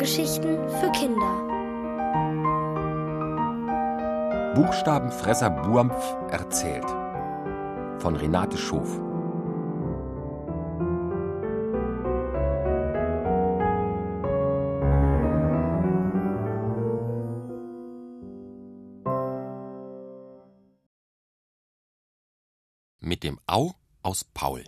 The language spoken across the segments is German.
Hörgeschichten für Kinder. Buchstabenfresser Buampf erzählt von Renate Schof. Mit dem Au aus Paul.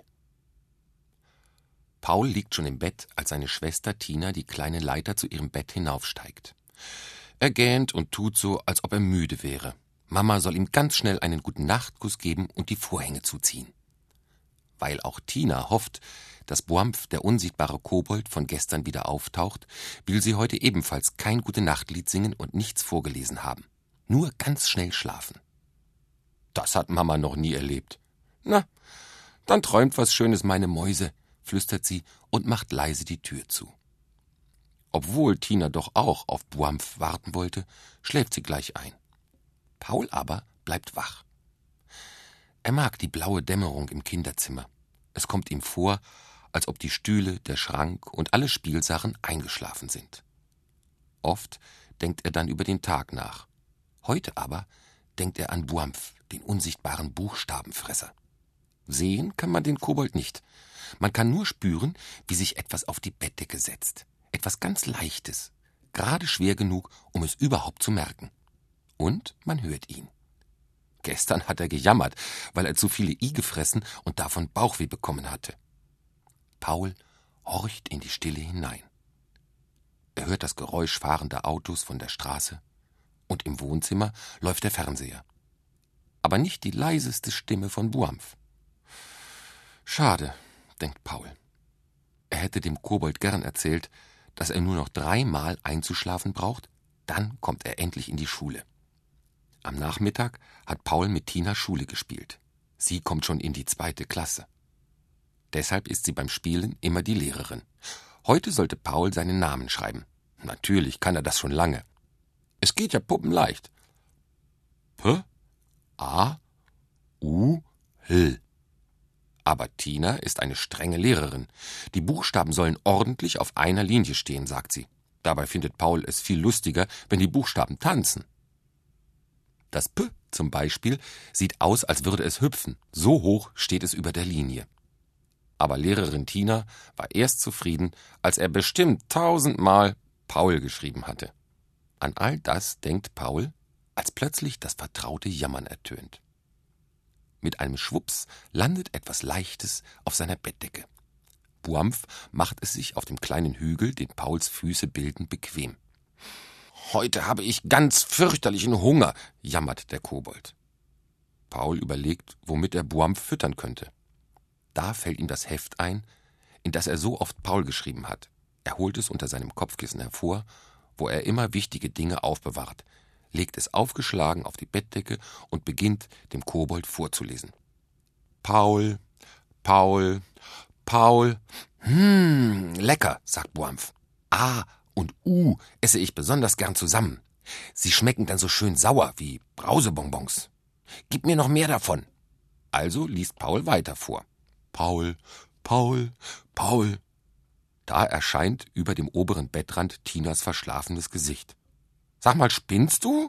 Paul liegt schon im Bett, als seine Schwester Tina die kleine Leiter zu ihrem Bett hinaufsteigt. Er gähnt und tut so, als ob er müde wäre. Mama soll ihm ganz schnell einen Gute-Nacht-Kuss geben und die Vorhänge zuziehen. Weil auch Tina hofft, dass Buampf, der unsichtbare Kobold, von gestern wieder auftaucht, will sie heute ebenfalls kein Gute-Nacht-Lied singen und nichts vorgelesen haben. Nur ganz schnell schlafen. Das hat Mama noch nie erlebt. Na, dann träumt was Schönes, meine Mäuse, flüstert sie und macht leise die Tür zu. Obwohl Tina doch auch auf Buampf warten wollte, schläft sie gleich ein. Paul aber bleibt wach. Er mag die blaue Dämmerung im Kinderzimmer. Es kommt ihm vor, als ob die Stühle, der Schrank und alle Spielsachen eingeschlafen sind. Oft denkt er dann über den Tag nach. Heute aber denkt er an Buampf, den unsichtbaren Buchstabenfresser. Sehen kann man den Kobold nicht. Man kann nur spüren, wie sich etwas auf die Bettdecke setzt. Etwas ganz Leichtes, gerade schwer genug, um es überhaupt zu merken. Und man hört ihn. Gestern hat er gejammert, weil er zu viele I gefressen und davon Bauchweh bekommen hatte. Paul horcht in die Stille hinein. Er hört das Geräusch fahrender Autos von der Straße und im Wohnzimmer läuft der Fernseher. Aber nicht die leiseste Stimme von Buampf. Schade, denkt Paul. Er hätte dem Kobold gern erzählt, dass er nur noch 3-mal einzuschlafen braucht, dann kommt er endlich in die Schule. Am Nachmittag hat Paul mit Tina Schule gespielt. Sie kommt schon in die 2. Klasse. Deshalb ist sie beim Spielen immer die Lehrerin. Heute sollte Paul seinen Namen schreiben. Natürlich kann er das schon lange. Es geht ja puppenleicht. P-A-U-L. Aber Tina ist eine strenge Lehrerin. Die Buchstaben sollen ordentlich auf einer Linie stehen, sagt sie. Dabei findet Paul es viel lustiger, wenn die Buchstaben tanzen. Das P zum Beispiel sieht aus, als würde es hüpfen. So hoch steht es über der Linie. Aber Lehrerin Tina war erst zufrieden, als er bestimmt 1000-mal Paul geschrieben hatte. An all das denkt Paul, als plötzlich das vertraute Jammern ertönt. Mit einem Schwups landet etwas Leichtes auf seiner Bettdecke. Buampf macht es sich auf dem kleinen Hügel, den Pauls Füße bilden, bequem. »Heute habe ich ganz fürchterlichen Hunger«, jammert der Kobold. Paul überlegt, womit er Buampf füttern könnte. Da fällt ihm das Heft ein, in das er so oft Paul geschrieben hat. Er holt es unter seinem Kopfkissen hervor, wo er immer wichtige Dinge aufbewahrt, legt es aufgeschlagen auf die Bettdecke und beginnt, dem Kobold vorzulesen. Paul, Paul, Paul. Lecker, sagt Buampf. A und U esse ich besonders gern zusammen. Sie schmecken dann so schön sauer wie Brausebonbons. Gib mir noch mehr davon. Also liest Paul weiter vor. Paul, Paul, Paul. Da erscheint über dem oberen Bettrand Tinas verschlafenes Gesicht. Sag mal, spinnst du?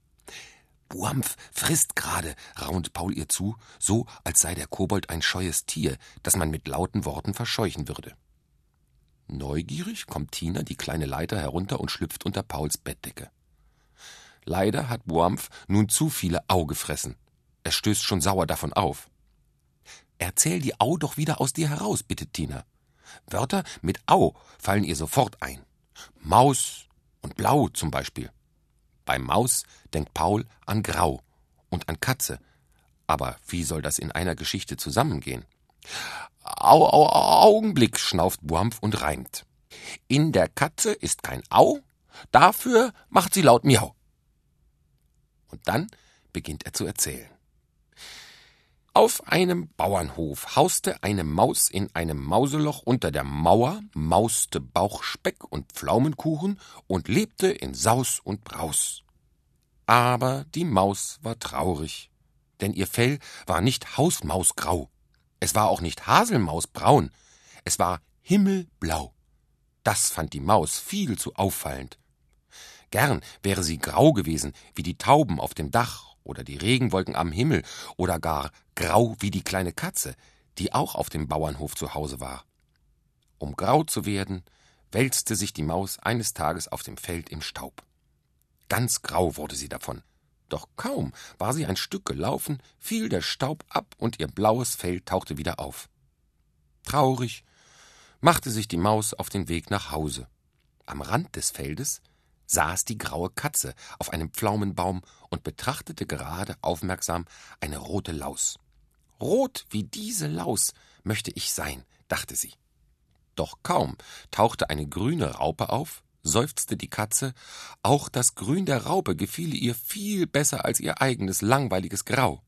Buampf frisst gerade, raunt Paul ihr zu, so als sei der Kobold ein scheues Tier, das man mit lauten Worten verscheuchen würde. Neugierig kommt Tina die kleine Leiter herunter und schlüpft unter Pauls Bettdecke. Leider hat Buampf nun zu viele Au gefressen. Er stößt schon sauer davon auf. Erzähl die Au doch wieder aus dir heraus, bittet Tina. Wörter mit Au fallen ihr sofort ein. Maus und Blau zum Beispiel. Bei Maus denkt Paul an Grau und an Katze. Aber wie soll das in einer Geschichte zusammengehen? Augenblick, schnauft Buampf und reimt. In der Katze ist kein Au, dafür macht sie laut Miau. Und dann beginnt er zu erzählen. Auf einem Bauernhof hauste eine Maus in einem Mauseloch unter der Mauer, mauste Bauchspeck und Pflaumenkuchen und lebte in Saus und Braus. Aber die Maus war traurig, denn ihr Fell war nicht hausmausgrau. Es war auch nicht haselmausbraun, es war himmelblau. Das fand die Maus viel zu auffallend. Gern wäre sie grau gewesen, wie die Tauben auf dem Dach oder die Regenwolken am Himmel oder gar grau wie die kleine Katze, die auch auf dem Bauernhof zu Hause war. Um grau zu werden, wälzte sich die Maus eines Tages auf dem Feld im Staub. Ganz grau wurde sie davon. Doch kaum war sie ein Stück gelaufen, fiel der Staub ab und ihr blaues Fell tauchte wieder auf. Traurig machte sich die Maus auf den Weg nach Hause. Am Rand des Feldes saß die graue Katze auf einem Pflaumenbaum und betrachtete gerade aufmerksam eine rote Laus. Rot wie diese Laus möchte ich sein, dachte sie. Doch kaum tauchte eine grüne Raupe auf, seufzte die Katze, auch das Grün der Raupe gefiele ihr viel besser als ihr eigenes langweiliges Grau.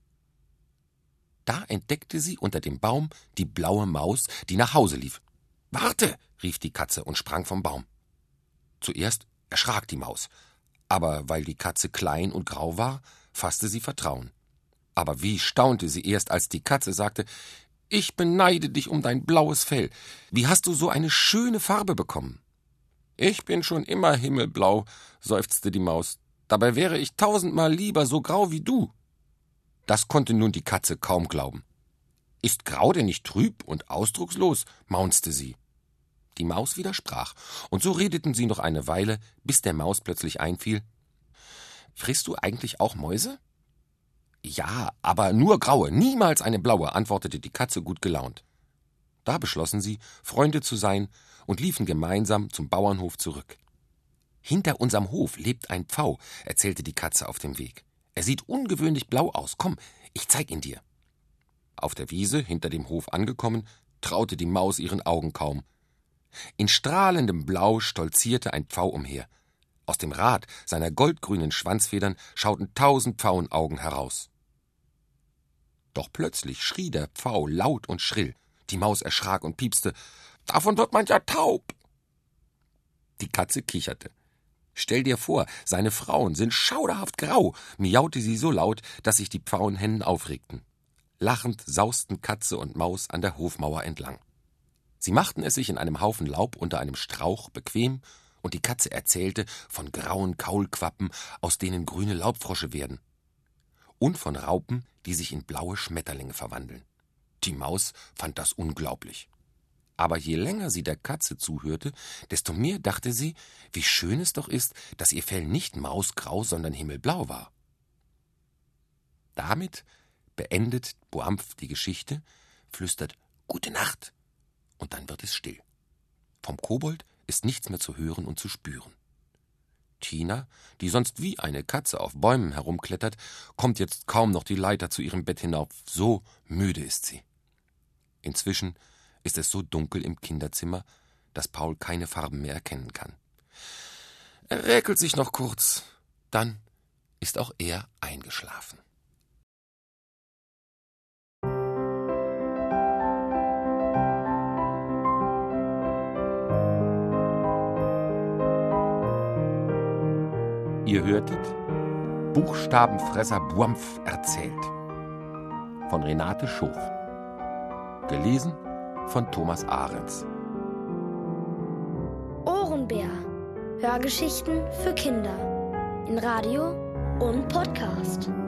Da entdeckte sie unter dem Baum die blaue Maus, die nach Hause lief. »Warte«, rief die Katze und sprang vom Baum. Zuerst erschrak die Maus, aber weil die Katze klein und grau war, fasste sie Vertrauen. Aber wie staunte sie erst, als die Katze sagte: »Ich beneide dich um dein blaues Fell. Wie hast du so eine schöne Farbe bekommen?« »Ich bin schon immer himmelblau«, seufzte die Maus. »Dabei wäre ich 1000-mal lieber so grau wie du.« Das konnte nun die Katze kaum glauben. »Ist Grau denn nicht trüb und ausdruckslos?«, maunzte sie. Die Maus widersprach, und so redeten sie noch eine Weile, bis der Maus plötzlich einfiel: »Frisst du eigentlich auch Mäuse?« »Ja, aber nur graue, niemals eine blaue«, antwortete die Katze gut gelaunt. Da beschlossen sie, Freunde zu sein, und liefen gemeinsam zum Bauernhof zurück. »Hinter unserem Hof lebt ein Pfau«, erzählte die Katze auf dem Weg. »Er sieht ungewöhnlich blau aus. Komm, ich zeig ihn dir.« Auf der Wiese hinter dem Hof angekommen, traute die Maus ihren Augen kaum. In strahlendem Blau stolzierte ein Pfau umher. Aus dem Rad seiner goldgrünen Schwanzfedern schauten 1000 Pfauenaugen heraus. Doch plötzlich schrie der Pfau laut und schrill. Die Maus erschrak und piepste: »Davon wird man ja taub!« Die Katze kicherte. »Stell dir vor, seine Frauen sind schauderhaft grau«, miaute sie so laut, dass sich die Pfauenhennen aufregten. Lachend sausten Katze und Maus an der Hofmauer entlang. Sie machten es sich in einem Haufen Laub unter einem Strauch bequem, und die Katze erzählte von grauen Kaulquappen, aus denen grüne Laubfrosche werden, und von Raupen, die sich in blaue Schmetterlinge verwandeln. Die Maus fand das unglaublich. Aber je länger sie der Katze zuhörte, desto mehr dachte sie, wie schön es doch ist, dass ihr Fell nicht mausgrau, sondern himmelblau war. Damit beendet Boampf die Geschichte, flüstert »Gute Nacht«, und dann wird es still. Vom Kobold ist nichts mehr zu hören und zu spüren. Tina, die sonst wie eine Katze auf Bäumen herumklettert, kommt jetzt kaum noch die Leiter zu ihrem Bett hinauf, so müde ist sie. Inzwischen ist es so dunkel im Kinderzimmer, dass Paul keine Farben mehr erkennen kann. Er räkelt sich noch kurz, dann ist auch er eingeschlafen. Ihr hörtet Buchstabenfresser Boampf erzählt von Renate Schof. Gelesen von Thomas Ahrens. Ohrenbär. Hörgeschichten für Kinder. In Radio und Podcast.